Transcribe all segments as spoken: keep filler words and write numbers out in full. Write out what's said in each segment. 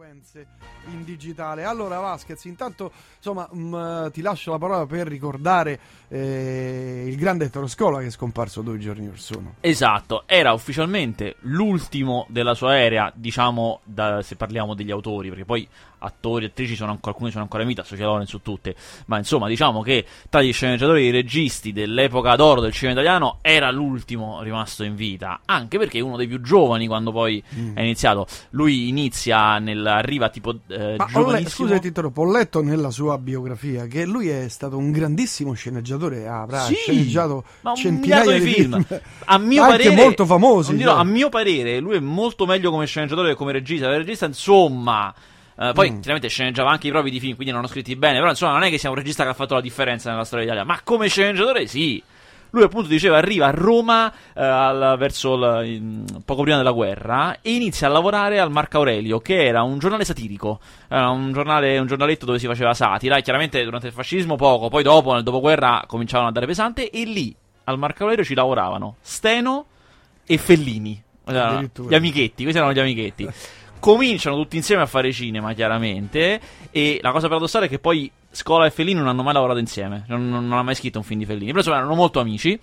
in digitale. Allora Vasquez, intanto insomma mh, ti lascio la parola per ricordare eh, il grande Ettore Scola, che è scomparso due giorni or sono. Esatto, era ufficialmente l'ultimo della sua era, diciamo, da, se parliamo degli autori, perché poi attori, attrici sono ancora, alcuni sono ancora in vita, Sofia Loren su tutte, ma insomma diciamo che tra gli sceneggiatori e i registi dell'epoca d'oro del cinema italiano era l'ultimo rimasto in vita, anche perché è uno dei più giovani quando poi mm. è iniziato. Lui inizia nel arriva tipo eh, ma giovanissimo. Le, scusa ti interrompo, ho letto nella sua biografia che lui è stato un grandissimo sceneggiatore, avrà sì, sceneggiato ma centinaia di film, film. A mio anche parere, molto famosi, dirò, cioè. A mio parere lui è molto meglio come sceneggiatore che come regista. Il regista insomma Uh, poi mm. chiaramente sceneggiava anche i propri di film, quindi non ho scritti bene, però insomma non è che sia un regista che ha fatto la differenza nella storia d'Italia, ma come sceneggiatore sì. Lui appunto diceva arriva a Roma uh, al, verso il, in, poco prima della guerra e inizia a lavorare al Marco Aurelio, che era un giornale satirico, era un giornale, un giornaletto dove si faceva satira, e chiaramente durante il fascismo poco, poi dopo nel dopoguerra cominciavano a dare pesante, e lì al Marco Aurelio ci lavoravano Steno e Fellini, gli amichetti, questi erano gli amichetti. Cominciano tutti insieme a fare cinema, chiaramente, e la cosa paradossale è che poi Scola e Fellini non hanno mai lavorato insieme, non, non, non ha mai scritto un film di Fellini, però insomma erano molto amici,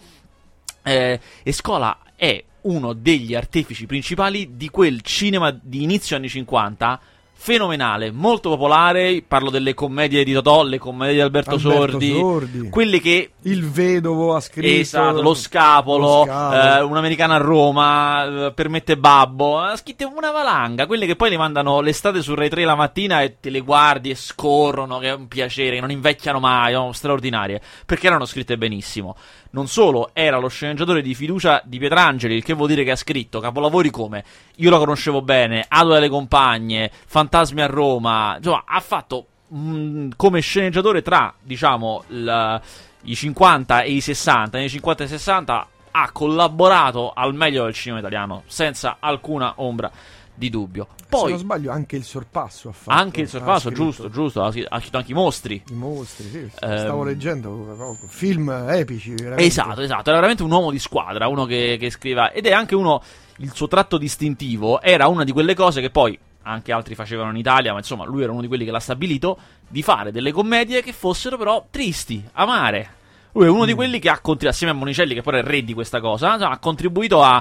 eh, e Scola è uno degli artefici principali di quel cinema di inizio anni cinquanta fenomenale, molto popolare. Parlo delle commedie di Totò, le commedie di Alberto, Alberto Sordi, Sordi, quelle che Il Vedovo ha scritto, esatto, Lo Scapolo, lo scapolo. Eh, Un'americana a Roma, eh, Permette Babbo, ha scritte una valanga, quelle che poi le mandano l'estate su Rai tre la mattina e te le guardi e scorrono, che è un piacere, che non invecchiano mai, no? Straordinarie, perché erano scritte benissimo. Non solo, era lo sceneggiatore di fiducia di Pietrangeli, il che vuol dire che ha scritto capolavori come Io la conoscevo bene, Adua delle compagne, Fantasmi a Roma, insomma ha fatto mh, come sceneggiatore tra, diciamo, il, i cinquanta e i sessanta, nei cinquanta e sessanta ha collaborato al meglio del cinema italiano, senza alcuna ombra di dubbio. Poi, se non sbaglio, anche Il Sorpasso ha fatto. Anche Il Sorpasso, giusto, giusto, ha scritto anche I Mostri. I Mostri, sì, ehm, stavo leggendo, film epici, veramente. Esatto, esatto, era veramente un uomo di squadra, uno che, che scriveva, ed è anche uno, il suo tratto distintivo, era una di quelle cose che poi anche altri facevano in Italia, ma insomma lui era uno di quelli che l'ha stabilito, di fare delle commedie che fossero però tristi, amare. Lui è uno mm. di quelli che ha contribuito, assieme a Monicelli, che poi è il re di questa cosa, insomma, ha contribuito a,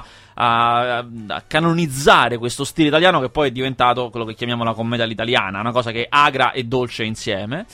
a, a canonizzare questo stile italiano che poi è diventato quello che chiamiamo la commedia all'italiana, una cosa che è agra e dolce insieme.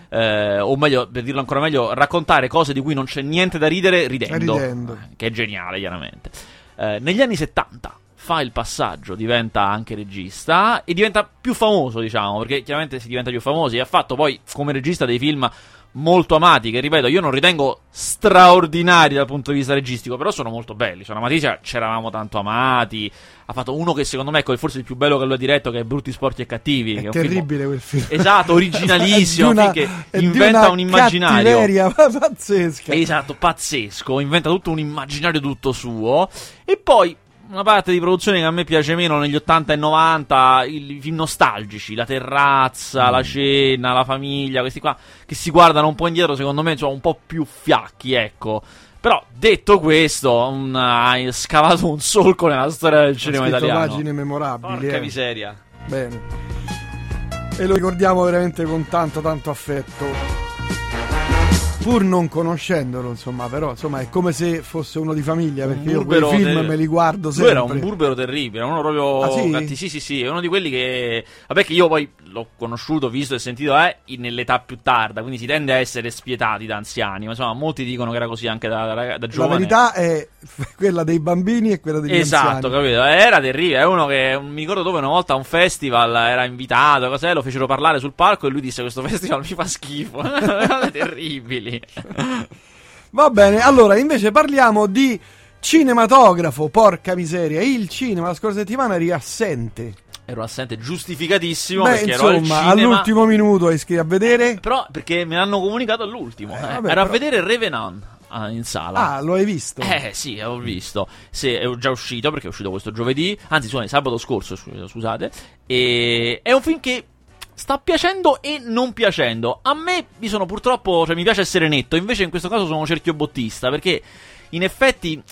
Eh, o meglio, per dirlo ancora meglio, raccontare cose di cui non c'è niente da ridere ridendo, ridendo. che è geniale, chiaramente. Eh, negli anni settanta fa il passaggio, diventa anche regista e diventa più famoso, diciamo, perché chiaramente si diventa più famosi, e ha fatto poi come regista dei film molto amati, che ripeto io non ritengo straordinari dal punto di vista registico, però sono molto belli. Cioè, una Matizia c'eravamo tanto amati. Ha fatto uno che secondo me ecco, è forse il più bello che lui ha diretto, che è Brutti, Sporchi e Cattivi, è che è un terribile film, quel film, esatto, originalissimo, una, che inventa un immaginario pazzesca, esatto, pazzesco, inventa tutto un immaginario tutto suo. E poi una parte di produzione che a me piace meno negli ottanta e novanta, i film nostalgici, La terrazza, mm. La cena, La famiglia, questi qua che si guardano un po' indietro, secondo me, cioè un po' più fiacchi, ecco. Però, detto questo, un, hai scavato un solco nella storia del cinema italiano. Pagine memorabili. Porca eh. miseria. Bene. E lo ricordiamo veramente con tanto, tanto affetto. Pur non conoscendolo, insomma, però insomma è come se fosse uno di famiglia, perché io quei film ter- me li guardo sempre. Lui era un burbero terribile, uno proprio ah, sì? Catti, sì sì sì, è uno di quelli che, vabbè, che io poi l'ho conosciuto, visto e sentito eh, nell'età più tarda, quindi si tende a essere spietati da anziani, ma insomma molti dicono che era così anche da, da, da giovane. La verità è quella dei bambini e quella degli esatto, anziani. Capito? Era terribile, è uno che, mi ricordo dove una volta a un festival era invitato, cos'è, lo fecero parlare sul palco e lui disse: questo festival mi fa schifo. Erano terribili. Va bene, allora invece parliamo di cinematografo, porca miseria. Il cinema la scorsa settimana eri assente. Ero assente, giustificatissimo. Beh, perché insomma, ero al cinema. All'ultimo minuto hai iscritto a vedere? Eh, però perché me l'hanno comunicato all'ultimo. Eh, vabbè, ero però... a vedere Revenant ah, in sala. Ah, lo hai visto? Eh sì, ho visto. Sì, è già uscito, perché è uscito questo giovedì. Anzi, scusate, sabato scorso, scusate. E è un film che sta piacendo e non piacendo. A me mi sono purtroppo, cioè mi piace essere netto, invece in questo caso sono cerchiobottista, perché in effetti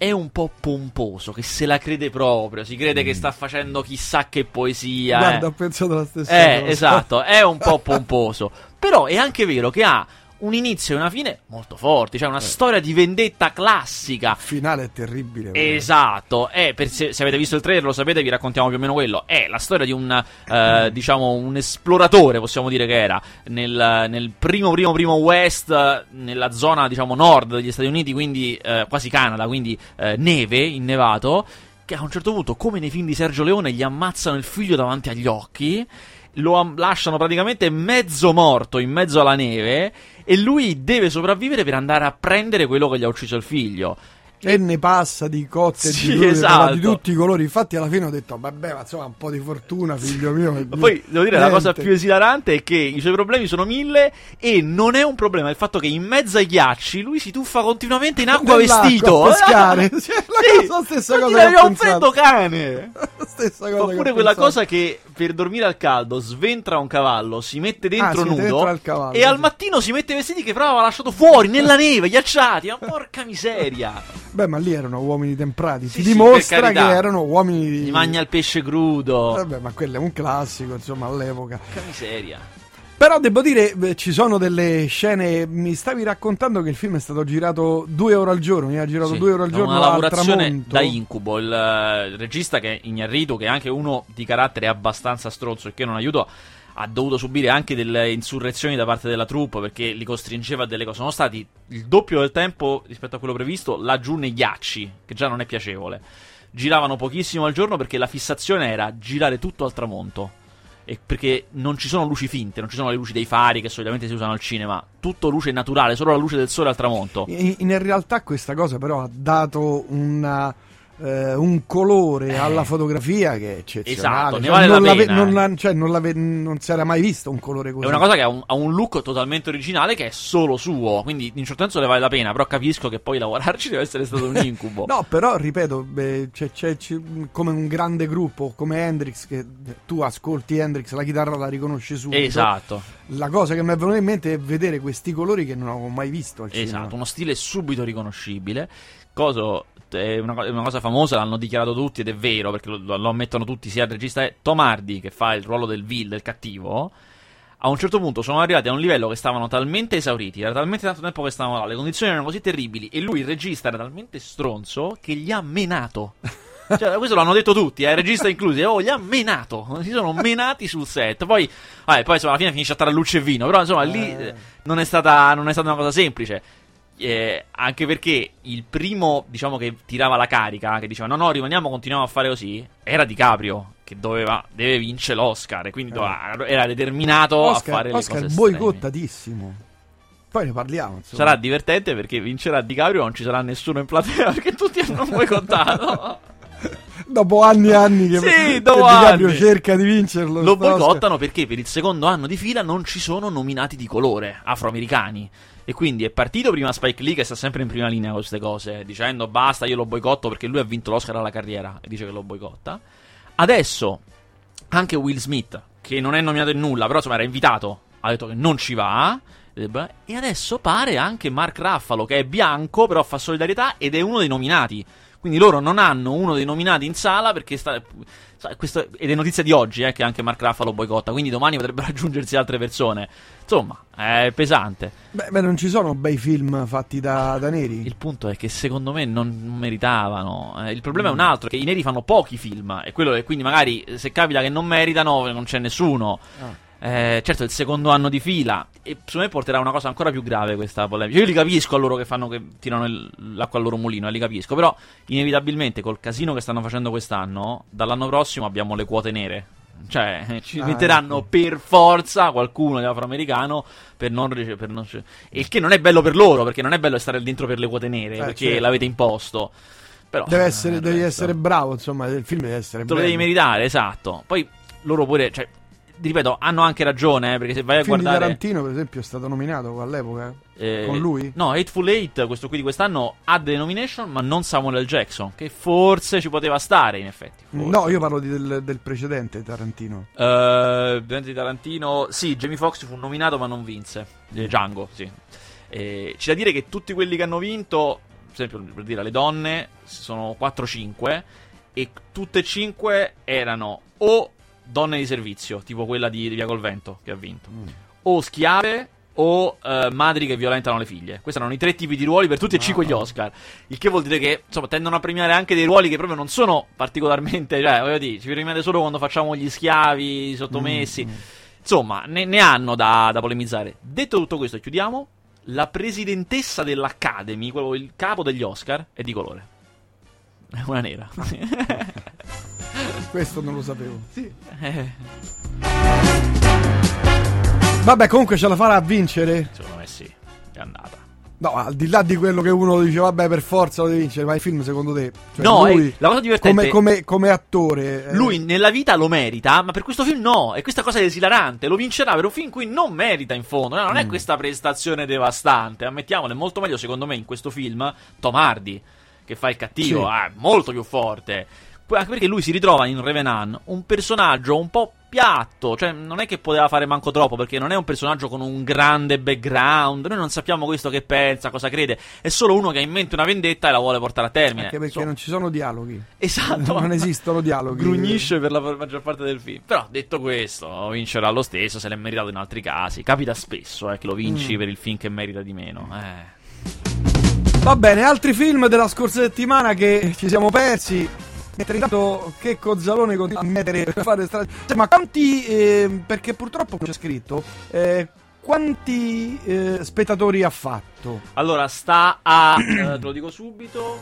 è un po' pomposo, che se la crede proprio, si crede mm. che sta facendo chissà che poesia. Guarda, eh. ho pensato la stessa eh, cosa. Esatto, è un po' pomposo. Però è anche vero che ha un inizio e una fine molto forti, cioè una eh. storia di vendetta classica. Il finale è terribile. Esatto, è, per se, se avete visto il trailer lo sapete, vi raccontiamo più o meno quello. È la storia di un, eh, diciamo, un esploratore, possiamo dire che era, nel, nel primo, primo, primo West, nella zona, diciamo, nord degli Stati Uniti, quindi eh, quasi Canada, quindi eh, neve, innevato, che a un certo punto, come nei film di Sergio Leone, gli ammazzano il figlio davanti agli occhi, lo am- lasciano praticamente mezzo morto in mezzo alla neve e lui deve sopravvivere per andare a prendere quello che gli ha ucciso il figlio. E ne passa di cotte e sì, di crude, esatto. di tutti i colori. Infatti alla fine ho detto vabbè, ma insomma un po' di fortuna, figlio mio. Ma poi devo dire, niente. La cosa più esilarante è che i suoi problemi sono mille e non è un problema il fatto che in mezzo ai ghiacci lui si tuffa continuamente in acqua Nell'acqua, vestito a pescare. Ah, Cioè, la sì, cosa, stessa cosa dire, che ho un freddo cane. Stessa cosa. Oppure che ho quella pensato. cosa che per dormire al caldo sventra un cavallo, si mette dentro Ah, si mette nudo dentro al cavallo, e sì. al mattino si mette i vestiti che però aveva lasciato fuori nella neve, ghiacciati. Ma porca miseria. Beh, ma lì erano uomini temprati. Sì, Si sì, dimostra per che carità. erano uomini di... Gli mangia il pesce crudo. Vabbè, ma quello è un classico, insomma, all'epoca. Porca miseria. Però devo dire, beh, ci sono delle scene. Mi stavi raccontando che il film è stato girato due ore al giorno. Mi ha girato Sì, due ore al è giorno una al lavorazione tramonto. da incubo. Il, eh, il regista, che è Iñárritu, che è anche uno di carattere abbastanza stronzo e che non aiuta, ha dovuto subire anche delle insurrezioni da parte della troupe perché li costringeva a delle cose. Sono stati il doppio del tempo rispetto a quello previsto laggiù nei ghiacci, che già non è piacevole. Giravano pochissimo al giorno perché la fissazione era girare tutto al tramonto. E perché non ci sono luci finte, non ci sono le luci dei fari che solitamente si usano al cinema, tutto luce naturale, solo la luce del sole al tramonto. In, in realtà questa cosa però ha dato una, eh, un colore alla fotografia che è eccezionale. Esatto, ne Cioè, vale non la l'ave- pena. non, la- cioè, non, l'ave- non si era mai visto un colore così. È una cosa che ha un, ha un look totalmente originale che è solo suo, quindi in un certo senso ne vale la pena, però capisco che poi lavorarci deve essere stato un incubo. No, però ripeto, beh, c'è, c'è- c'è come un grande gruppo come Hendrix, che tu ascolti Hendrix, la chitarra la riconosci subito. Esatto, La cosa che mi è venuta in mente è vedere questi colori che non avevo mai visto al cinema. esatto, uno stile subito riconoscibile. Coso è una, co- è una cosa famosa, l'hanno dichiarato tutti ed è vero, perché lo, lo ammettono tutti, sia il regista è Tom Hardy, che fa il ruolo del vil, del cattivo. A un certo punto sono arrivati a un livello che stavano talmente esauriti, era talmente tanto tempo che stavano là, le condizioni erano così terribili e lui, il regista, era talmente stronzo che li ha menato. Cioè, questo l'hanno detto tutti, eh, regista inclusi, oh, li ha menato, si sono menati sul set. Poi, vabbè, poi insomma, alla fine finisce a stare luce e vino, però insomma lì eh, non è stata non è stata una cosa semplice. Eh, anche perché il primo, diciamo, che tirava la carica, che diceva no no rimaniamo, continuiamo a fare così, era DiCaprio, che doveva deve vincere l'Oscar e quindi Eh. doveva, era determinato Oscar, a fare Oscar le cose estreme. boicottatissimo. Poi ne parliamo, insomma. Sarà divertente perché vincerà DiCaprio, non ci sarà nessuno in platea perché tutti hanno boicottato. Dopo anni e anni che, Sì, che dopo DiCaprio anni. cerca di vincerlo. Lo sto Oscar. boicottano perché per il secondo anno di fila non ci sono nominati di colore afroamericani. E quindi è partito prima Spike Lee, che sta sempre in prima linea con queste cose, dicendo basta, io lo boicotto perché lui ha vinto l'Oscar alla carriera e dice che lo boicotta. Adesso anche Will Smith, che non è nominato in nulla, però insomma era invitato, ha detto che non ci va. E adesso pare anche Mark Ruffalo, che è bianco però fa solidarietà ed è uno dei nominati. Quindi loro non hanno uno dei nominati in sala perché sta, questo, ed è notizia di oggi eh, che anche Mark Ruffalo boicotta, quindi domani potrebbero aggiungersi altre persone. Insomma, è pesante. Beh, beh, non ci sono bei film fatti da, da neri. Il punto è che secondo me non meritavano. Eh, il problema mm. è un altro, che i neri fanno pochi film, e quello che quindi magari se capita che non meritano non c'è nessuno. Ah. Eh, certo, il secondo anno di fila, e secondo me porterà una cosa ancora più grave questa polemica. Io li capisco a loro che fanno, che tirano il, l'acqua al loro mulino, eh, li capisco, però inevitabilmente col casino che stanno facendo quest'anno, dall'anno prossimo abbiamo le quote nere. Cioè, ci ah, metteranno ecco. per forza qualcuno di afroamericano per non, per non e il che non è bello per loro, perché non è bello stare dentro per le quote nere, eh, perché certo. l'avete imposto. Però deve essere, devi essere bravo, insomma, il film deve essere te bello. Lo devi meritare, esatto. Poi loro pure, cioè, ripeto, hanno anche ragione, eh, perché se vai a il film guardare di Tarantino, per esempio, è stato nominato all'epoca eh, con lui. No, Hateful Eight, questo qui di quest'anno, ha delle nomination, ma non Samuel L. Jackson, che forse ci poteva stare, in effetti. Forse. No, io parlo di, del, del precedente Tarantino. Uh, di Tarantino, sì, Jamie Foxx fu nominato ma non vinse. Django, sì. Eh, c'è da dire che tutti quelli che hanno vinto esempio, per dire, le donne sono quattro cinque e tutte e cinque erano o donne di servizio, tipo quella di Via col Vento che ha vinto, mm. o schiave o uh, madri che violentano le figlie. Questi erano i tre tipi di ruoli per tutti e no. cinque gli Oscar. Il che vuol dire che, insomma, tendono a premiare anche dei ruoli che proprio non sono particolarmente, cioè, voglio dire, ci premiate solo quando facciamo gli schiavi, i sottomessi. Mm. Insomma, ne, ne hanno da, da polemizzare. Detto tutto questo, chiudiamo. La presidentessa dell'Academy, quello, il capo degli Oscar, è di colore. È una nera. Questo non lo sapevo. Sì. Eh. Vabbè, comunque ce la farà a vincere? Secondo me sì, è andata. No, al di là di quello che uno dice, vabbè, per forza lo deve vincere, ma il film secondo te? Cioè, no, lui, è, la cosa divertente come, come, come attore eh. lui nella vita lo merita, ma per questo film no. E questa cosa è esilarante. Lo vincerà per un film in cui non merita in fondo. No, non è mm. questa prestazione devastante. Ammettiamolo, è molto meglio secondo me in questo film Tom Hardy, che fa il cattivo, sì. ah, molto più forte. Anche perché lui si ritrova in Revenant un personaggio un po' piatto, cioè non è che poteva fare manco troppo, perché non è un personaggio con un grande background, noi non sappiamo questo che pensa, cosa crede, è solo uno che ha in mente una vendetta e la vuole portare a termine. Anche perché so. non ci sono dialoghi. Esatto. Non esistono dialoghi. Grugnisce per la maggior parte del film. Però detto questo, vincerà lo stesso, se l'è meritato in altri casi. Capita spesso eh, che lo vinci mm. per il film che merita di meno. Eh. Va bene, altri film della scorsa settimana che ci siamo persi. Mentre intanto Checco Zalone continua a mettere a fare strade. Ma quanti eh, perché purtroppo c'è scritto eh, quanti eh, spettatori ha fatto? Allora sta a eh, te lo dico subito,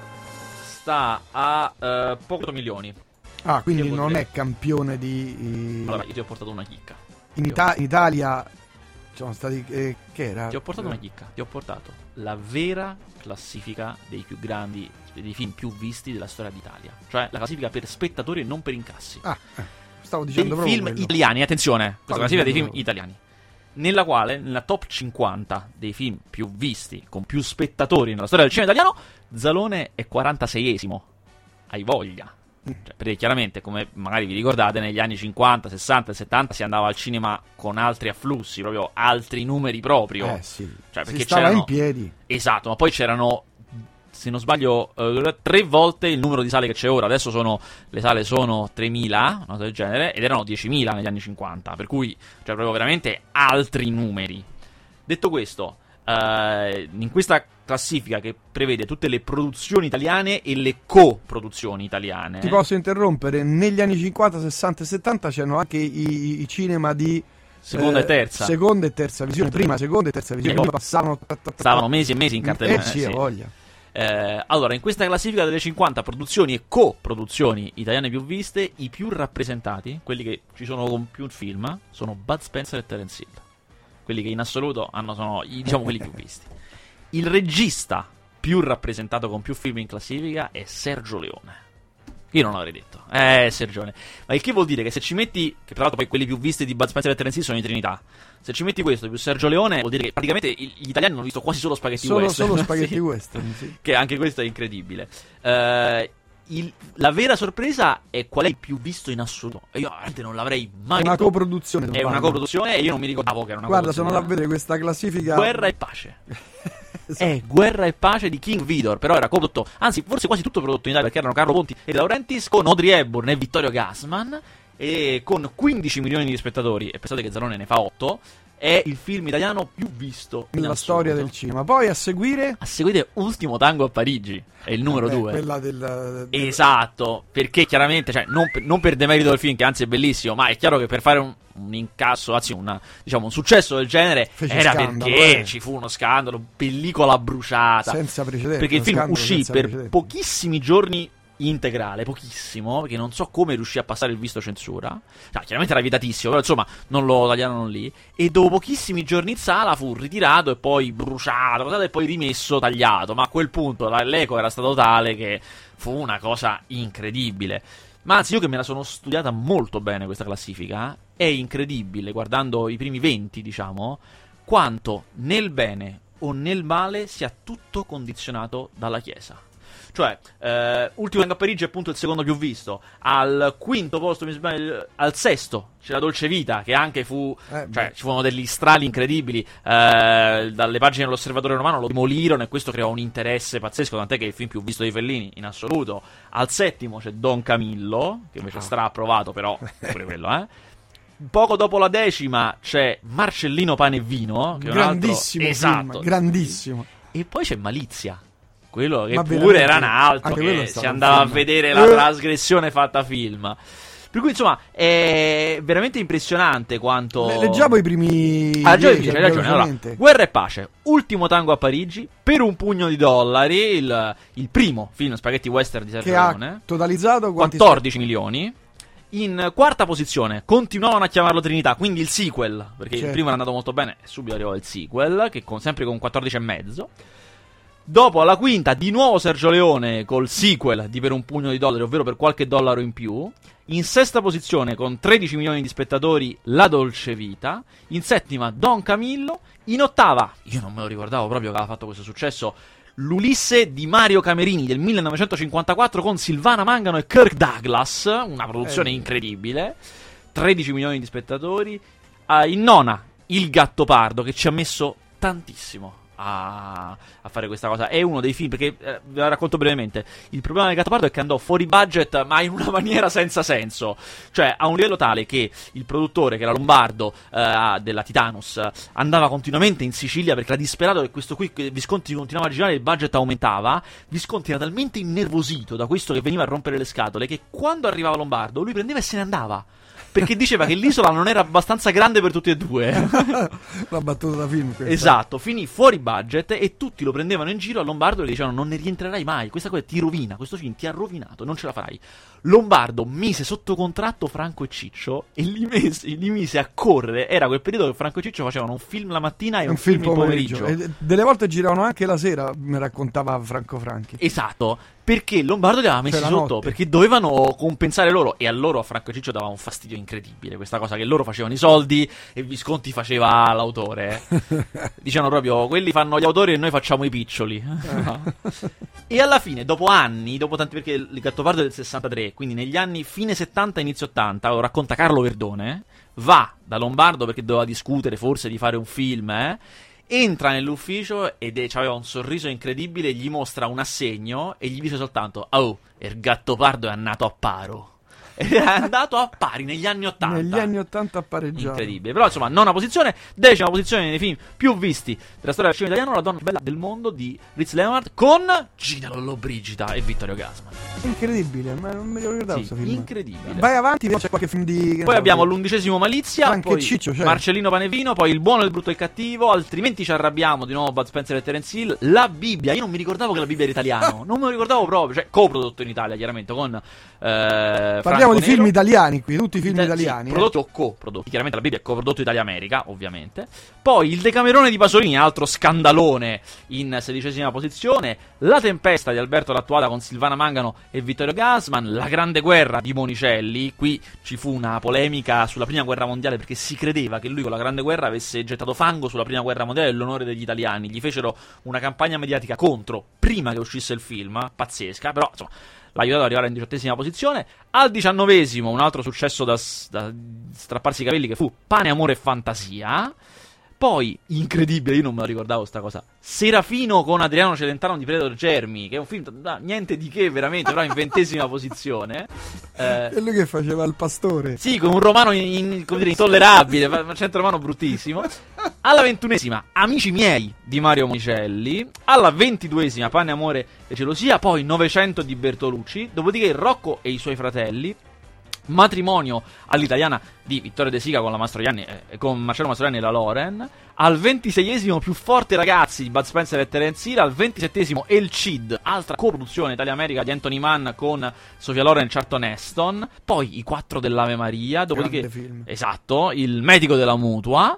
sta a eh, poco milioni. Ah, quindi non potrei... è campione di eh... Allora io ti ho portato una chicca. In, Ita- in Italia sono stati eh, che era? Ti ho portato una chicca, ti ho portato la vera classifica dei più grandi, dei film più visti della storia d'Italia, cioè la classifica per spettatori e non per incassi. Ah, eh, stavo dicendo dei film quello. italiani, attenzione, questa stavo classifica dei film quello. italiani, nella quale nella top cinquanta dei film più visti con più spettatori nella storia del cinema italiano, Zalone è quarantaseiesimo. Hai voglia. Cioè, perché chiaramente, come magari vi ricordate, negli anni cinquanta, sessanta e settanta si andava al cinema con altri afflussi, proprio altri numeri proprio. Eh sì, cioè, perché si stava c'erano... in piedi. Esatto, ma poi c'erano, se non sbaglio, uh, tre volte il numero di sale che c'è ora. Adesso sono le sale sono tremila, una cosa del genere, ed erano diecimila negli anni cinquanta, per cui cioè proprio veramente altri numeri. Detto questo, uh, in questa classifica che prevede tutte le produzioni italiane e le coproduzioni italiane. Ti posso interrompere? Negli anni cinquanta, sessanta e settanta c'erano anche i, i cinema di seconda eh, e terza. Seconda e terza visione, prima, seconda e terza visione, eh, passavano stavano mesi e mesi in cartellina. Eh sì, sì. voglia. Eh, allora, in questa classifica delle cinquanta produzioni e coproduzioni italiane più viste, i più rappresentati, quelli che ci sono con più film, sono Bud Spencer e Terence Hill. Quelli che in assoluto hanno, sono i, diciamo quelli più visti. Il regista più rappresentato con più film in classifica è Sergio Leone. Io non l'avrei detto. Eh, Sergione. Ma il che vuol dire che se ci metti, che tra l'altro poi quelli più visti di Bud Spencer e Terence Hill sono in Trinità, se ci metti questo più Sergio Leone, vuol dire che praticamente gli italiani hanno visto quasi solo spaghetti solo, western. Solo spaghetti sì. western, sì. Che anche questo è incredibile. Eh... Il, la vera sorpresa è qual è il più visto in assoluto. E io veramente non l'avrei mai detto. È una detto. coproduzione. È una coproduzione e io non mi ricordavo che era una Guarda, coproduzione. Guarda, sono a vedere questa classifica. Guerra e pace. Esatto. È Guerra e pace di King Vidor. Però era prodotto, anzi forse quasi tutto prodotto in Italia, perché erano Carlo Ponti e De Laurentiis con Audrey Hepburn e Vittorio Gassman, e con quindici milioni di spettatori. E pensate che Zalone ne fa otto. È il film italiano più visto nella storia del cinema. Poi a seguire a seguire Ultimo Tango a Parigi, è il numero Vabbè, due. Quella del, del... Esatto, perché chiaramente, cioè, non, non per demerito del film, che anzi è bellissimo, ma è chiaro che per fare un, un incasso, anzi una, diciamo, un successo del genere Fece era scandalo, perché eh. ci fu uno scandalo, pellicola bruciata. Senza precedenti. Perché il film uscì per precedenti. pochissimi giorni integrale, pochissimo, perché non so come riuscì a passare il visto censura. Cioè, chiaramente era vietatissimo, però insomma non lo tagliarono lì. E dopo pochissimi giorni in sala fu ritirato e poi bruciato e poi rimesso tagliato. Ma a quel punto l'eco era stato tale che fu una cosa incredibile. Ma anzi, io che me la sono studiata molto bene questa classifica, è incredibile, guardando i primi venti, diciamo, quanto nel bene o nel male sia tutto condizionato dalla Chiesa. Cioè, eh, Ultimo Tango a Parigi è appunto il secondo più visto. Al quinto posto, mi sbaglio, al sesto c'è La Dolce Vita, che anche fu, eh, cioè, ci furono degli strali incredibili. Eh, dalle pagine dell'Osservatore Romano lo demolirono e questo creò un interesse pazzesco, tant'è che è il film più visto di Fellini in assoluto. Al settimo c'è Don Camillo, che invece è straapprovato, però pure quello, eh. Poco dopo la decima c'è Marcellino Pane e Vino, che è un grandissimo altro, film, esatto, grandissimo. E poi c'è Malizia, quello che Ma pure era un altro, che si andava a vedere la eh. trasgressione fatta film. Per cui insomma è veramente impressionante quanto... Le- leggiamo i primi... Ah, già, dieci, hai ragione. Allora, Guerra e Pace, Ultimo Tango a Parigi, Per un pugno di dollari, il, il primo film spaghetti western di Sergio che ha Leone, totalizzato quanti quattordici milioni. In quarta posizione continuavano a chiamarlo Trinità, quindi il sequel, perché certo. il primo era andato molto bene e subito arrivò il sequel, che con, sempre con quattordici e mezzo. Dopo alla quinta di nuovo Sergio Leone col sequel di Per un pugno di dollari, ovvero Per qualche dollaro in più. In sesta posizione con tredici milioni di spettatori La Dolce Vita. In settima Don Camillo. In ottava, io non me lo ricordavo proprio che aveva fatto questo successo, L'Ulisse di Mario Camerini del millenovecentocinquantaquattro con Silvana Mangano e Kirk Douglas, una produzione eh. incredibile, tredici milioni di spettatori. Uh, in nona Il Gattopardo, che ci ha messo tantissimo a, a fare questa cosa. È uno dei film, perché eh, ve la racconto brevemente. Il problema del Gattopardo è che andò fuori budget, ma in una maniera senza senso, cioè a un livello tale che il produttore, che era lombardo, eh, della Titanus, andava continuamente in Sicilia perché era disperato che questo qui, che Visconti continuava a girare e il budget aumentava. Visconti era talmente innervosito da questo che veniva a rompere le scatole che quando arrivava lombardo lui prendeva e se ne andava, perché diceva che l'isola non era abbastanza grande per tutti e due. La battuta da film questa. Esatto, finì fuori budget e tutti lo prendevano in giro a Lombardo e gli dicevano non ne rientrerai mai, questa cosa ti rovina, questo film ti ha rovinato, non ce la farai. Lombardo mise sotto contratto Franco e Ciccio e li mise, li mise a correre. Era quel periodo che Franco e Ciccio facevano un film la mattina e un, un film, film il pomeriggio, pomeriggio. E delle volte giravano anche la sera, mi raccontava Franco Franchi. Esatto, perché Lombardo li aveva messi cioè, sotto, perché dovevano compensare loro, e a loro, a Franco e Ciccio, dava un fastidio incredibile questa cosa che loro facevano i soldi e Visconti faceva l'autore. Dicevano proprio, quelli fanno gli autori e noi facciamo i piccioli. E alla fine, dopo anni, dopo tanti, perché il Gattopardo è del sessantatré, quindi negli anni fine settanta, inizio ottanta, lo racconta Carlo Verdone, va da Lombardo perché doveva discutere forse di fare un film, eh, entra nell'ufficio ed è, aveva un sorriso incredibile, gli mostra un assegno e gli dice soltanto oh, il Gattopardo è nato a Paro. È andato a pari negli anni ottanta. Negli anni ottanta a pareggiare. Incredibile. Però insomma, nona posizione, decima posizione nei film più visti della storia del cinema italiano, La donna più bella del mondo di Ritz Leonard con Gina Lollobrigida e Vittorio Gassman. Incredibile, ma non me lo ricordavo sì, questo film. Incredibile. Vai avanti, c'è qualche film di... Poi abbiamo l'undicesimo Malizia, Anche poi Ciccio, cioè. Marcellino Panevino, poi Il buono, il brutto e il cattivo, altrimenti ci arrabbiamo, di nuovo Bud Spencer e Terence Hill, La Bibbia, io non mi ricordavo che La Bibbia era italiano, non me lo ricordavo proprio, cioè coprodotto in Italia chiaramente con eh, Parliamo di Nero. film italiani qui, tutti i film Ita- italiani. Sì, eh. prodotti o coprodotti, chiaramente La Bibbia è coprodotto Italia-America, ovviamente. Poi Il Decamerone di Pasolini, altro scandalone, in sedicesima posizione. La Tempesta di Alberto Lattuada con Silvana Mangano e Vittorio Gassman. La Grande Guerra di Monicelli. Qui ci fu una polemica sulla prima guerra mondiale perché si credeva che lui con la Grande Guerra avesse gettato fango sulla prima guerra mondiale e l'onore degli italiani. Gli fecero una campagna mediatica contro prima che uscisse il film, pazzesca, però insomma l'ha aiutato ad arrivare in diciottesima posizione. Al diciannovesimo, un altro successo da, da strapparsi i capelli, che fu Pane, Amore e Fantasia. Poi, incredibile, io non me lo ricordavo sta cosa, Serafino con Adriano Celentano di Predator Germi, che è un film, da, niente di che veramente, però in ventesima posizione. Eh, e lui che faceva il pastore. Sì, con un romano in, in, come dire, intollerabile, un accento romano bruttissimo. Alla ventunesima, Amici miei di Mario Monicelli. Alla ventiduesima, Pane, Amore e Gelosia. Poi Novecento di Bertolucci. Dopodiché Rocco e i suoi fratelli. Matrimonio all'italiana di Vittorio De Sica con la Mastroianni, eh, con Marcello Mastroianni e la Loren. Al ventiseiesimo, Più forte ragazzi di Bud Spencer e Terence Hill. Al ventisettesimo, El Cid, altra coproduzione Italia-America di Anthony Mann con Sofia Loren e Charlton Heston. Poi I quattro dell'Ave Maria. Dopodiché, esatto, Il medico della mutua.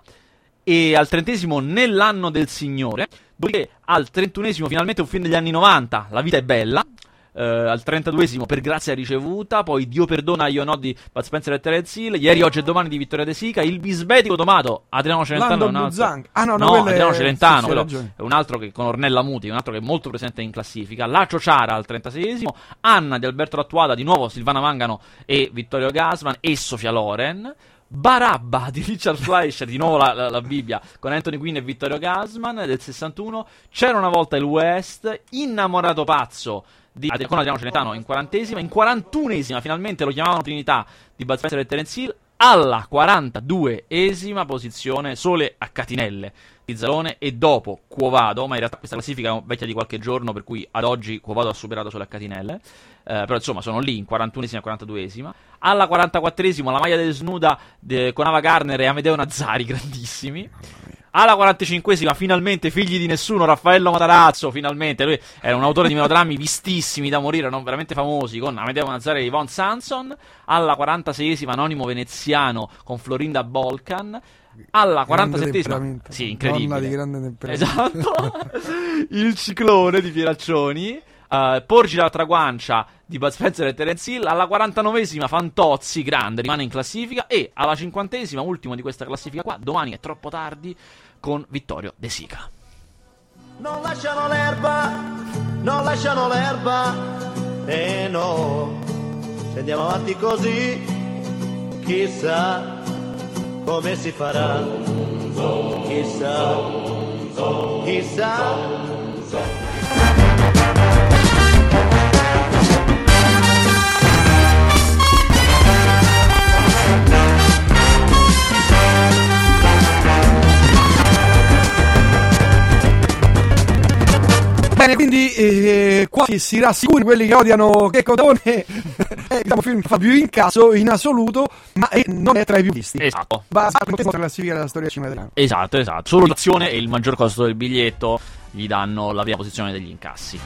E al trentesimo, Nell'anno del Signore. Dopodiché al trentunesimo, finalmente un film degli anni novanta, La vita è bella. eh, al trentaduesimo per Grazia ricevuta, poi Dio perdona io no di Bud Spencer e Terence Hill, Ieri, oggi e domani di Vittoria De Sica, Il bisbetico domato Adriano Celentano è un altro. Ah, no, no, no Adriano Celentano, sì, sì, è un altro che con Ornella Muti, un altro che è molto presente in classifica. Lacio Ciara al trentaseiesimo, Anna di Alberto Lattuada, di nuovo Silvana Mangano e Vittorio Gassman e Sofia Loren. Barabba di Richard Fleischer, di nuovo la, la, la Bibbia, con Anthony Quinn e Vittorio Gassman del sessantuno. C'era una volta il West, Innamorato pazzo di con Adriano Celentano in quarantesima. In quarantunesima finalmente Lo chiamavano Trinità di Bud Spencer e Terence Hill. Alla quarantaduesima posizione Sole a catinelle di Zalone, e dopo Quo Vado, ma in realtà questa classifica è vecchia di qualche giorno, per cui ad oggi Quo Vado ha superato Sole a catinelle, eh, però insomma sono lì in quarantunesima e quarantaduesima. Alla quarantaquattresima La maglia del snuda de, con Ava Gardner e Amedeo Nazzari, grandissimi. Alla quarantacinquesima finalmente Figli di nessuno, Raffaello Matarazzo, finalmente, lui era un autore di melodrammi vistissimi da morire, non veramente famosi, con Amedeo Nazzari e Yvonne Sanson. Alla quarantaseiesima Anonimo veneziano con Florinda Bolkan. Alla quarantasettesima sì, incredibile, donna di grande temperamento, esatto. Il ciclone di Pieraccioni. Uh, Porgi l'altra guancia di Bud Spencer e Terence Hill. Alla quarantanovesima Fantozzi, grande, rimane in classifica. E alla cinquantesima, ultimo di questa classifica qua, Domani è troppo tardi, con Vittorio De Sica. Non lasciano l'erba, non lasciano l'erba, e eh no, se andiamo avanti così, chissà come si farà, chissà, chissà. Bene, quindi eh, qua si rassicura quelli che odiano Checco Zalone, è diciamo film che fa più incasso in assoluto, ma è, non è tra i più visti. Esatto. Va a classifica della storia cinema italiana. Esatto, esatto. Solo l'azione e il maggior costo del biglietto gli danno la prima posizione degli incassi.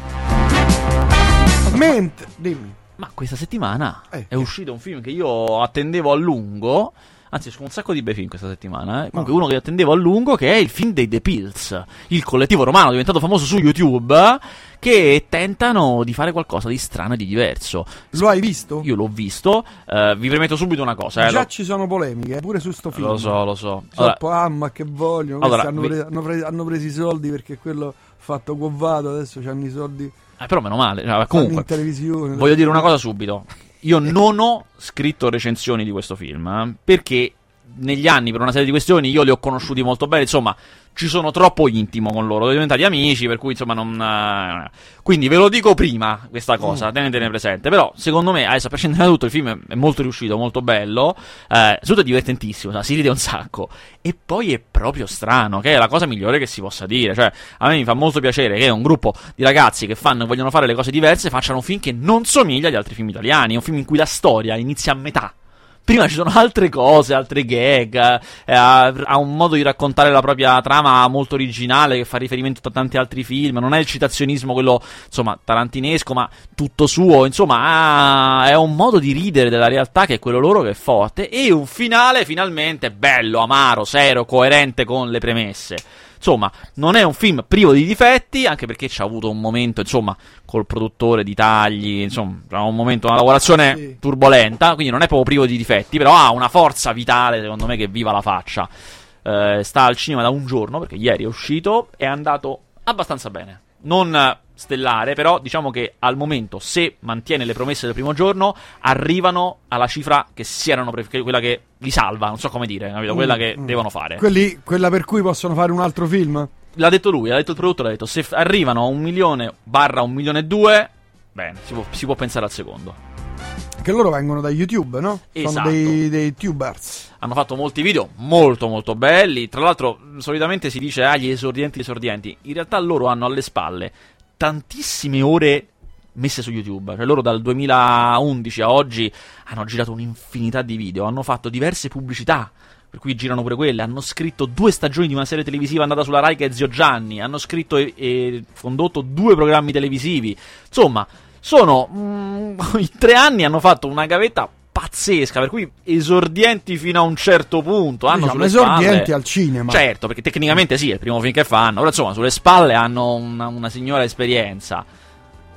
Mentre, dimmi. Ma questa settimana eh, è uscito un film che io attendevo a lungo. Anzi, escono un sacco di bei film questa settimana, eh. Comunque, oh. uno che attendevo a lungo, che è il film dei The Pills, il collettivo romano diventato famoso su YouTube, che tentano di fare qualcosa di strano e di diverso. Lo hai visto? Io l'ho visto. Uh, vi premetto subito una cosa. Eh, Già lo... ci sono polemiche, eh, pure su sto film. Lo so, lo so. Troppo allora... amma che vogliono. Allora, hanno, vi... preso, hanno, preso, hanno preso i soldi perché quello fatto Quo Vado, adesso hanno i soldi. Eh, però meno male. Cioè, comunque, in televisione. Voglio dire una cosa subito. Io non ho scritto recensioni di questo film, eh, perché negli anni, per una serie di questioni, io li ho conosciuti molto bene, insomma, ci sono troppo intimo con loro, sono diventati amici, per cui insomma non... Uh... Quindi ve lo dico prima questa cosa, mm. tenetene presente. Però secondo me, adesso a prescindere da tutto, il film è molto riuscito, molto bello, eh, soprattutto è divertentissimo, cioè, si ride un sacco. E poi è proprio strano, che è la cosa migliore che si possa dire. Cioè, a me mi fa molto piacere che un gruppo di ragazzi che fanno, vogliono fare le cose diverse, facciano un film che non somiglia agli altri film italiani, è un film in cui la storia inizia a metà. Prima ci sono altre cose, altre gag, eh, ha, ha un modo di raccontare la propria trama molto originale che fa riferimento a tanti altri film, non è il citazionismo quello, insomma, tarantinesco, ma tutto suo, insomma, ha, è un modo di ridere della realtà che è quello loro che è forte, e un finale finalmente bello, amaro, serio, coerente con le premesse. Insomma, non è un film privo di difetti, anche perché c'ha avuto un momento, insomma, col produttore di tagli, insomma, c'ha un momento, una lavorazione sì. turbolenta, quindi non è proprio privo di difetti, però ha una forza vitale, secondo me, che viva la faccia. Eh, sta al cinema da un giorno, perché ieri è uscito, è andato abbastanza bene. Non stellare, però diciamo che al momento, se mantiene le promesse del primo giorno, arrivano alla cifra che si erano pre- quella che li salva, non so come dire, capito? Quella mm, che mm. devono fare. Quelli, quella per cui possono fare un altro film? L'ha detto lui, l'ha detto il produttore, l'ha detto se f- arrivano a un milione barra un milione e due, bene, si può, si può pensare al secondo. Che loro vengono da YouTube, no? Esatto. Sono dei, dei tubers. Hanno fatto molti video molto molto belli. Tra l'altro, solitamente si dice ah, gli esordienti, gli esordienti. In realtà loro hanno alle spalle tantissime ore messe su YouTube. Cioè loro dal duemilaundici a oggi hanno girato un'infinità di video, hanno fatto diverse pubblicità, per cui girano pure quelle, hanno scritto due stagioni di una serie televisiva andata sulla Rai che è Zio Gianni, hanno scritto e, e condotto due programmi televisivi. Insomma, sono mm, in tre anni hanno fatto una gavetta pazzesca, per cui esordienti fino a un certo punto, hanno diciamo, sulle esordienti spalle, al cinema, certo, perché tecnicamente sì, è il primo film che fanno, però insomma sulle spalle hanno una, una signora esperienza.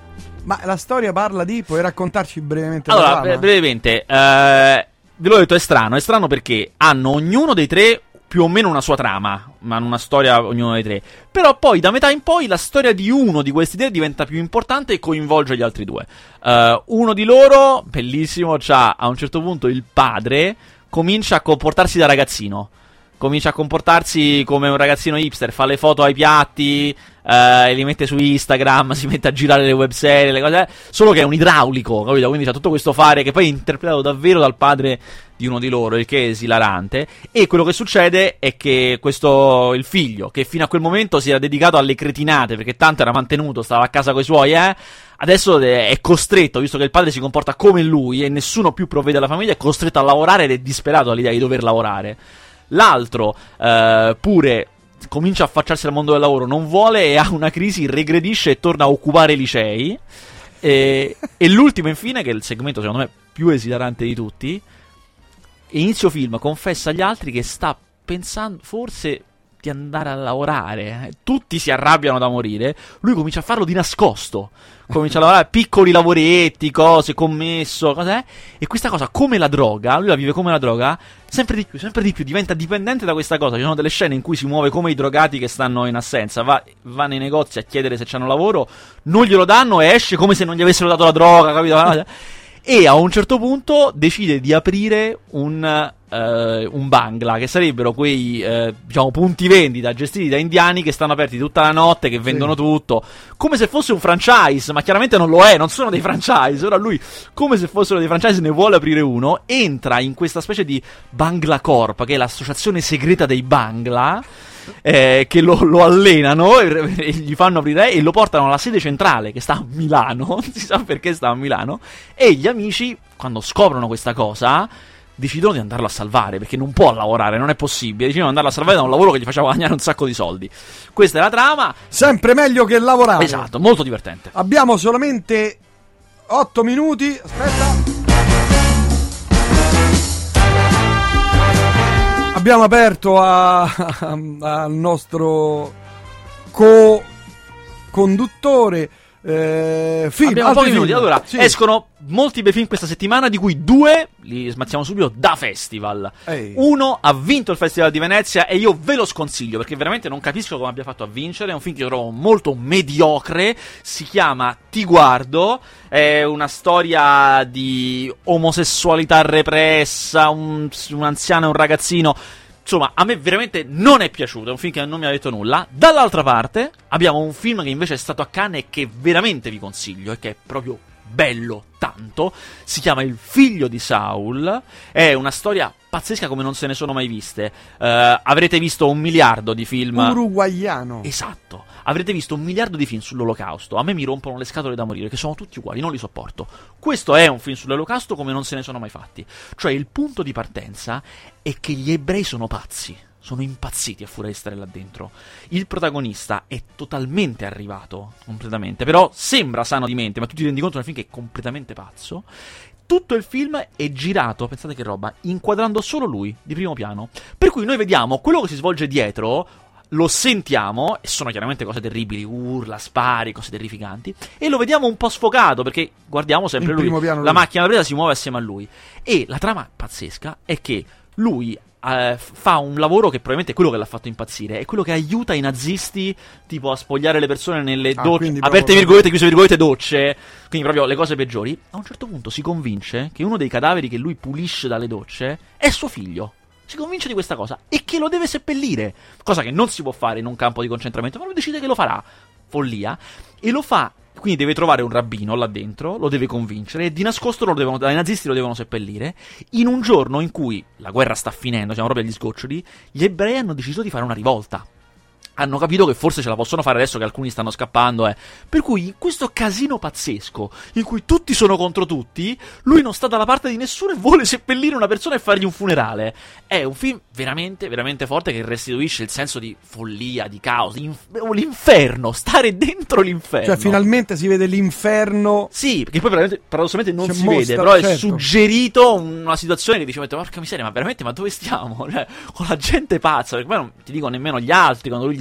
Ma la storia parla di... Puoi raccontarci brevemente allora, la trama? brevemente, eh, ve l'ho detto, è strano, è strano perché hanno ognuno dei tre più o meno una sua trama, ma hanno una storia ognuno dei tre. Però poi da metà in poi la storia di uno di questi tre diventa più importante e coinvolge gli altri due. Uh, uno di loro, bellissimo, c'ha a un certo punto il padre comincia a comportarsi da ragazzino. Comincia a comportarsi come un ragazzino hipster, fa le foto ai piatti, eh, e li mette su Instagram, si mette a girare le webserie, le cose, solo che è un idraulico, capito? Quindi c'ha tutto questo fare che poi è interpretato davvero dal padre di uno di loro, il che è esilarante. E quello che succede è che questo, il figlio, che fino a quel momento si era dedicato alle cretinate, perché tanto era mantenuto, stava a casa coi suoi, eh, adesso è costretto, visto che il padre si comporta come lui e nessuno più provvede alla famiglia, è costretto a lavorare ed è disperato dall'idea di dover lavorare. L'altro eh, pure comincia a affacciarsi al mondo del lavoro, non vuole e ha una crisi, regredisce e torna a occupare i licei. E, e l'ultimo infine, che è il segmento secondo me più esilarante di tutti, inizio film confessa agli altri che sta pensando forse di andare a lavorare. Tutti si arrabbiano da morire, lui comincia a farlo di nascosto, comincia a lavorare piccoli lavoretti, cose, commesso, cos'è? E questa cosa, come la droga, lui la vive come la droga, sempre di più, sempre di più, diventa dipendente da questa cosa. Ci sono delle scene in cui si muove come i drogati che stanno in assenza, va, va nei negozi a chiedere se c'hanno lavoro, non glielo danno e esce come se non gli avessero dato la droga, capito? E a un certo punto decide di aprire un... Uh, un bangla, che sarebbero quei uh, diciamo punti vendita gestiti da indiani che stanno aperti tutta la notte, che vendono sì. tutto, come se fosse un franchise, ma chiaramente non lo è, non sono dei franchise. Ora lui, come se fossero dei franchise, ne vuole aprire uno, entra in questa specie di Bangla Corp, che è l'associazione segreta dei bangla, eh, che lo, lo allenano e, e gli fanno aprire e lo portano alla sede centrale che sta a Milano, non si sa perché sta a Milano, e gli amici, quando scoprono questa cosa, decidono di andarlo a salvare, perché non può lavorare, non è possibile. Decidono di andarlo a salvare da un lavoro che gli faceva guadagnare un sacco di soldi. Questa è la trama. Sempre meglio che lavorare. Esatto, molto divertente. Abbiamo solamente otto minuti. Aspetta. Abbiamo aperto al nostro co-conduttore. Eh, film, abbiamo pochi film. minuti. Allora, sì. escono molti bei film questa settimana, di cui due li smazziamo subito da festival. Ehi. Uno ha vinto il Festival di Venezia e io ve lo sconsiglio perché veramente non capisco come abbia fatto a vincere. È un film che io trovo molto mediocre. Si chiama Ti guardo. È una storia di omosessualità repressa, un, un anziano e un ragazzino. Insomma, a me veramente non è piaciuto, è un film che non mi ha detto nulla. Dall'altra parte abbiamo un film che invece è stato a Cannes e che veramente vi consiglio e che è proprio bello tanto. Si chiama Il figlio di Saul. È una storia pazzesca come non se ne sono mai viste. uh, Avrete visto un miliardo di film uruguaiano. Esatto. Avrete visto un miliardo di film sull'Olocausto. A me mi rompono le scatole da morire, che sono tutti uguali, non li sopporto. Questo è un film sull'Olocausto come non se ne sono mai fatti. Cioè il punto di partenza è che gli ebrei sono pazzi, sono impazziti a furia di stare là dentro. Il protagonista è totalmente arrivato, completamente, però sembra sano di mente, ma tu ti rendi conto che è un film che è completamente pazzo. Tutto il film è girato, pensate che roba, inquadrando solo lui, di primo piano. Per cui noi vediamo quello che si svolge dietro, lo sentiamo, e sono chiaramente cose terribili, urla, spari, cose terrificanti, e lo vediamo un po' sfocato, perché guardiamo sempre in lui, primo piano la lui. macchina da presa si muove assieme a lui. E la trama pazzesca è che lui Uh, fa un lavoro che probabilmente è quello che l'ha fatto impazzire, è quello che aiuta i nazisti tipo a spogliare le persone nelle ah, docce, aperte proprio... virgolette, chiuse virgolette, docce, quindi proprio le cose peggiori. A un certo punto si convince che uno dei cadaveri che lui pulisce dalle docce è suo figlio. Si convince di questa cosa e che lo deve seppellire, cosa che non si può fare in un campo di concentramento, ma lui decide che lo farà. Follia. E lo fa. Quindi deve trovare un rabbino là dentro, lo deve convincere e di nascosto lo devono, i nazisti lo devono seppellire. In un giorno in cui la guerra sta finendo, siamo proprio agli sgoccioli, gli ebrei hanno deciso di fare una rivolta. Hanno capito che forse ce la possono fare adesso che alcuni stanno scappando, eh. Per cui in questo casino pazzesco, in cui tutti sono contro tutti, lui non sta dalla parte di nessuno e vuole seppellire una persona e fargli un funerale. È un film veramente, veramente forte, che restituisce il senso di follia, di caos, inf- l'inferno, stare dentro l'inferno. Cioè finalmente si vede l'inferno. Sì, perché poi paradossalmente non C'è si mostra, vede, però certo. È suggerito una situazione che dice, porca miseria, ma veramente, ma dove stiamo? Cioè, con la gente pazza, perché poi non ti dico nemmeno gli altri, quando lui gli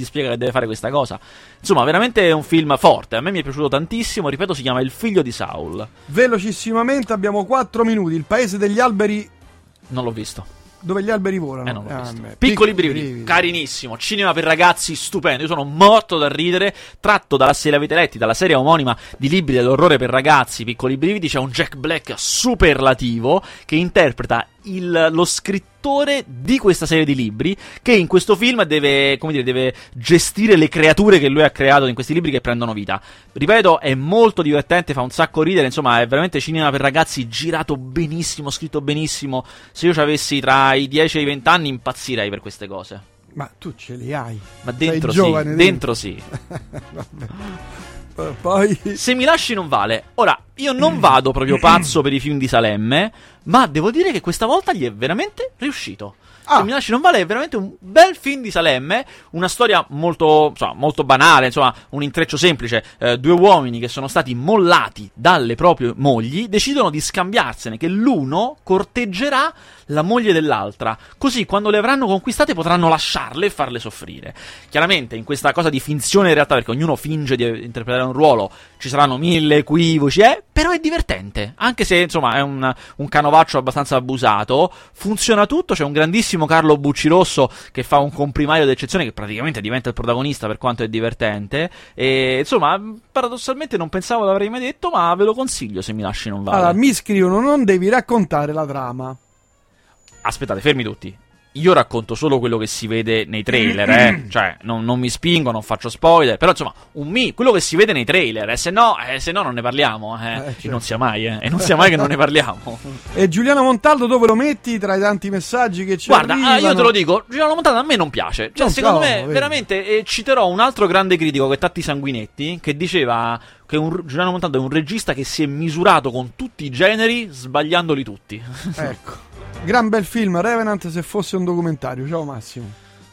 gli spiega che deve fare questa cosa. Insomma, veramente è un film forte, a me mi è piaciuto tantissimo, ripeto, si chiama Il figlio di Saul. Velocissimamente, abbiamo quattro minuti, Il paese degli alberi... Non l'ho visto. Dove gli alberi volano. Eh, non l'ho ah, visto. beh, Piccoli brividi, brividi, carinissimo, cinema per ragazzi stupendo, io sono morto da ridere, tratto dalla, se l'avete letti, dalla serie omonima di libri dell'orrore per ragazzi, Piccoli brividi. C'è un Jack Black superlativo che interpreta il, lo scrittore di questa serie di libri, che in questo film deve, come dire, deve gestire le creature che lui ha creato in questi libri che prendono vita. Ripeto, è molto divertente, fa un sacco ridere, insomma è veramente cinema per ragazzi, girato benissimo, scritto benissimo. Se io ci avessi tra i dieci e i venti anni impazzirei per queste cose. Ma tu ce li hai. Ma dentro Sei sì, giovane, dentro sì. Poi... Se mi lasci non vale. Ora, io non vado proprio pazzo per i film di Salemme, ma devo dire che questa volta gli è veramente riuscito. Ah. Se mi lasci non vale è veramente un bel film di Salemme, una storia molto, insomma, molto banale, insomma, un intreccio semplice. Eh, due uomini che sono stati mollati dalle proprie mogli decidono di scambiarsene, che l'uno corteggerà la moglie dell'altra, così quando le avranno conquistate potranno lasciarle e farle soffrire. Chiaramente in questa cosa di finzione in realtà, perché ognuno finge di interpretare un ruolo, ci saranno mille equivoci, eh, però è divertente, anche se insomma è un, un canovaccio abbastanza abusato, funziona tutto. C'è un grandissimo Carlo Buccirosso che fa un comprimario d'eccezione, che praticamente diventa il protagonista per quanto è divertente, e insomma paradossalmente non pensavo l'avrei mai detto, ma ve lo consiglio se mi lasci non vale. Allora, mi scrivono, non devi raccontare la trama. Aspettate, fermi tutti. Io racconto solo quello che si vede nei trailer, eh. Cioè, non, non mi spingo, non faccio spoiler. Però, insomma, un mi, quello che si vede nei trailer. E eh, se no, eh, se no non ne parliamo, eh. eh certo. E non sia mai, eh. E non sia mai che non ne parliamo. E Giuliano Montaldo dove lo metti tra i tanti messaggi che ci Guarda, arrivano? Guarda, io te lo dico, Giuliano Montaldo a me non piace. Cioè, non secondo trovo, me, vedi. veramente, eh, citerò un altro grande critico che è Tatti Sanguinetti, che diceva che un, Giuliano Montaldo è un regista che si è misurato con tutti i generi, sbagliandoli tutti. Ecco. Gran bel film, Revenant se fosse un documentario. Ciao Massimo.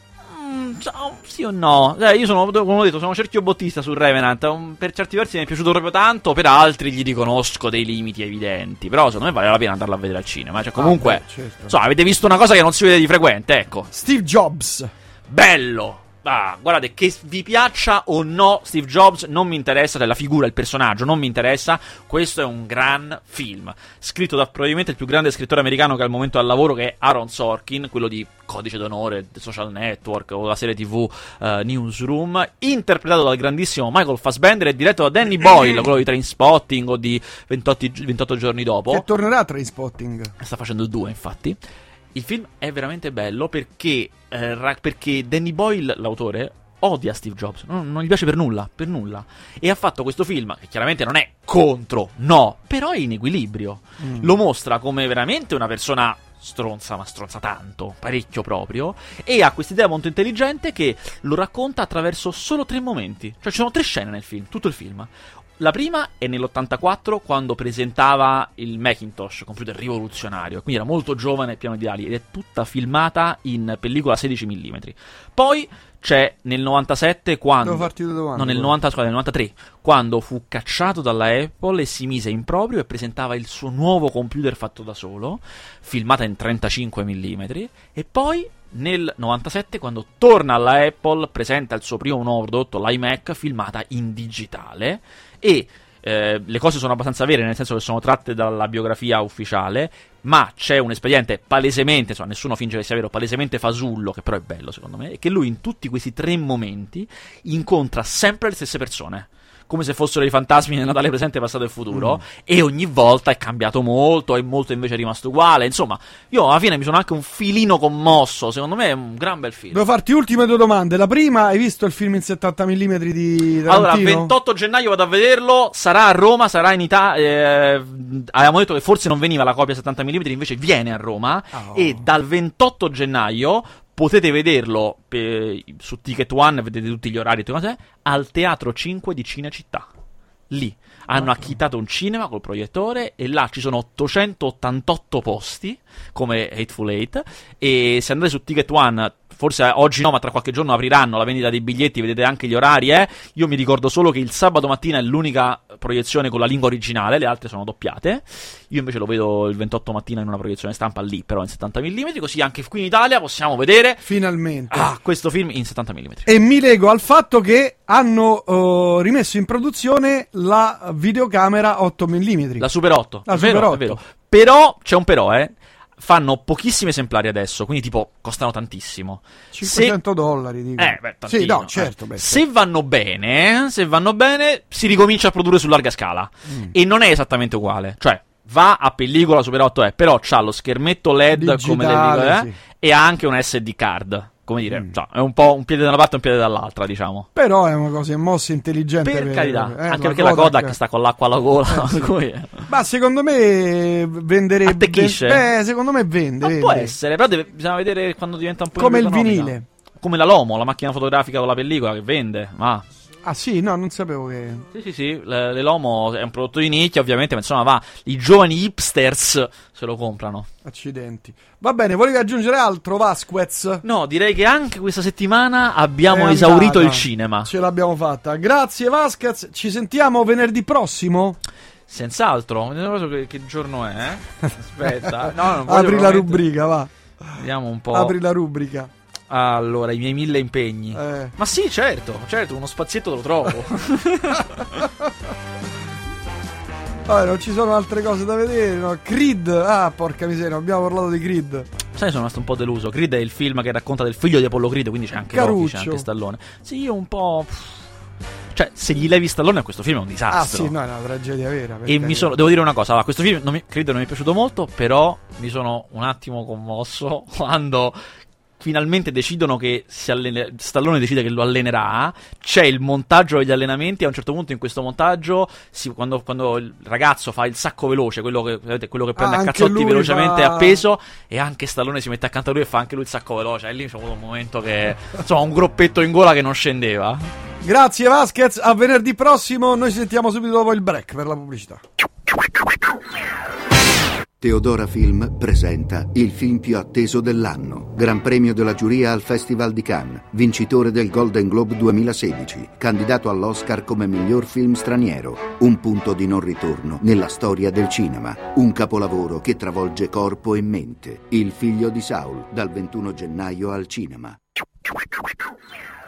Mm, ciao, sì o no? Eh, io sono, come ho detto, sono cerchio bottista su Revenant. Um, per certi versi mi è piaciuto proprio tanto, per altri gli riconosco dei limiti evidenti. Però secondo me vale la pena andarlo a vedere al cinema. Cioè, comunque, ah, beh, certo. So, avete visto una cosa che non si vede di frequente, ecco. Steve Jobs. Bello! Ah, guardate, che vi piaccia o no Steve Jobs non mi interessa, cioè la figura, il personaggio non mi interessa. Questo è un gran film, scritto da probabilmente il più grande scrittore americano che al momento è al lavoro, che è Aaron Sorkin, quello di Codice d'onore, The Social Network o la serie tv uh, Newsroom, interpretato dal grandissimo Michael Fassbender e diretto da Danny Boyle, quello di Trainspotting o di ventotto, ventotto giorni dopo, che tornerà a Trainspotting. Sta facendo il due, infatti. Il film è veramente bello perché, eh, ra- perché Danny Boyle, l'autore, odia Steve Jobs, non, non gli piace per nulla, per nulla. E ha fatto questo film, che chiaramente non è contro, no, però è in equilibrio. Mm. Lo mostra come veramente una persona stronza, ma stronza tanto, parecchio proprio, e ha quest'idea molto intelligente che lo racconta attraverso solo tre momenti. Cioè ci sono tre scene nel film, tutto il film. La prima è nell'ottantaquattro, quando presentava il Macintosh, computer rivoluzionario, quindi era molto giovane, piano di ali, ed è tutta filmata in pellicola sedici millimetri. Poi c'è nel novantasette, quando... Devo farti due domande. No, nel novanta, scusa, nel novantatré, quando fu cacciato dalla Apple e si mise in proprio e presentava il suo nuovo computer fatto da solo, filmata in trentacinque millimetri, e poi... nel novantasette, quando torna alla Apple, presenta il suo primo nuovo prodotto, l'iMac, filmata in digitale. E eh, le cose sono abbastanza vere, nel senso che sono tratte dalla biografia ufficiale, ma c'è un espediente palesemente, insomma nessuno finge che sia vero, palesemente fasullo, che però è bello secondo me, è che lui in tutti questi tre momenti incontra sempre le stesse persone, come se fossero i fantasmi nel Natale presente, passato e futuro, mm. e ogni volta è cambiato molto, e molto invece è rimasto uguale. Insomma, io alla fine mi sono anche un filino commosso, secondo me è un gran bel film. Devo farti ultime due domande. La prima, hai visto il film in settanta millimetri di Tarantino? Allora, ventotto gennaio vado a vederlo, sarà a Roma, sarà in Italia, eh, avevamo detto che forse non veniva la copia settanta millimetri, invece viene a Roma, oh. E dal ventotto gennaio potete vederlo per, su Ticket One, vedete tutti gli orari e tutte cose, al Teatro cinque di Cinecittà. Lì hanno okay. acchittato un cinema col proiettore e là ci sono ottocentottantotto posti come Hateful Eight, e se andate su Ticket One forse oggi no, ma tra qualche giorno apriranno la vendita dei biglietti, vedete anche gli orari, eh. Io mi ricordo solo che il sabato mattina è l'unica proiezione con la lingua originale, le altre sono doppiate. Io invece lo vedo il ventotto mattina in una proiezione stampa lì, però in settanta millimetri, così anche qui in Italia possiamo vedere finalmente ah, questo film in settanta millimetri. E mi lego al fatto che hanno uh, rimesso in produzione la videocamera otto millimetri. La Super otto, la è Super vero, otto. È vero. Però, c'è un però, eh. Fanno pochissimi esemplari adesso, quindi tipo costano tantissimo. cinquecento dollari, dico. Eh, beh, tantino, sì, no, eh. certo. Beh, se vanno bene, se vanno bene, si ricomincia a produrre su larga scala. Mm. E non è esattamente uguale. Cioè, va a pellicola Super otto E, però c'ha lo schermetto L E D digitale, come le dico, eh, sì. E ha anche un S D card. Come dire, mm. cioè, è un po' un piede da una parte e un piede dall'altra, diciamo. Però è una cosa, è mossa intelligente. Per, per carità, eh, anche la perché Kodak... la Kodak sta con l'acqua alla gola. Eh, sì. Ma secondo me venderebbe. Attecchisce? Beh, secondo me vende. Ma vende. può essere, però deve, bisogna vedere quando diventa un po' come il economica. vinile. Come la Lomo, la macchina fotografica con la pellicola che vende. Ma. Ah sì, no, non sapevo che... Sì, sì, sì, le, le Lomo è un prodotto di nicchia, ovviamente, ma insomma va, i giovani hipsters se lo comprano. Accidenti. Va bene, volevi aggiungere altro, Vasquez? No, direi che anche questa settimana abbiamo è esaurito andata. il cinema. Ce l'abbiamo fatta. Grazie Vasquez, ci sentiamo venerdì prossimo? Senz'altro, vediamo che, che giorno è. Aspetta, no, non voglio apri la veramente... rubrica, va. Vediamo un po'. Apri la rubrica. Allora, i miei mille impegni. Eh. Ma sì, certo, certo, uno spazietto lo trovo. Vabbè, non ci sono altre cose da vedere, no? Creed, ah, porca miseria, abbiamo parlato di Creed. Sai, sono rimasto un po' deluso. Creed è il film che racconta del figlio di Apollo Creed, quindi c'è anche Rocky, c'è anche Stallone. Sì, io un po'... Cioè, se gli levi Stallone a questo film è un disastro. Ah sì, no, è una tragedia vera. E mi sono, devo dire una cosa, allora, questo film non mi, Creed non mi è piaciuto molto, però mi sono un attimo commosso quando... finalmente decidono che si allene... Stallone decide che lo allenerà, c'è il montaggio degli allenamenti, a un certo punto in questo montaggio si... quando, quando il ragazzo fa il sacco veloce, quello che, quello che prende ah, a cazzotti velocemente fa... appeso, e anche Stallone si mette accanto a lui e fa anche lui il sacco veloce, e lì c'è avuto un momento che insomma un groppetto in gola che non scendeva. Grazie Vasquez, a venerdì prossimo, noi ci sentiamo subito dopo il break per la pubblicità. Teodora Film presenta il film più atteso dell'anno. Gran premio della giuria al Festival di Cannes, vincitore del Golden Globe duemilasedici, candidato all'Oscar come miglior film straniero. Un punto di non ritorno nella storia del cinema. Un capolavoro che travolge corpo e mente. Il figlio di Saul, dal ventuno gennaio al cinema.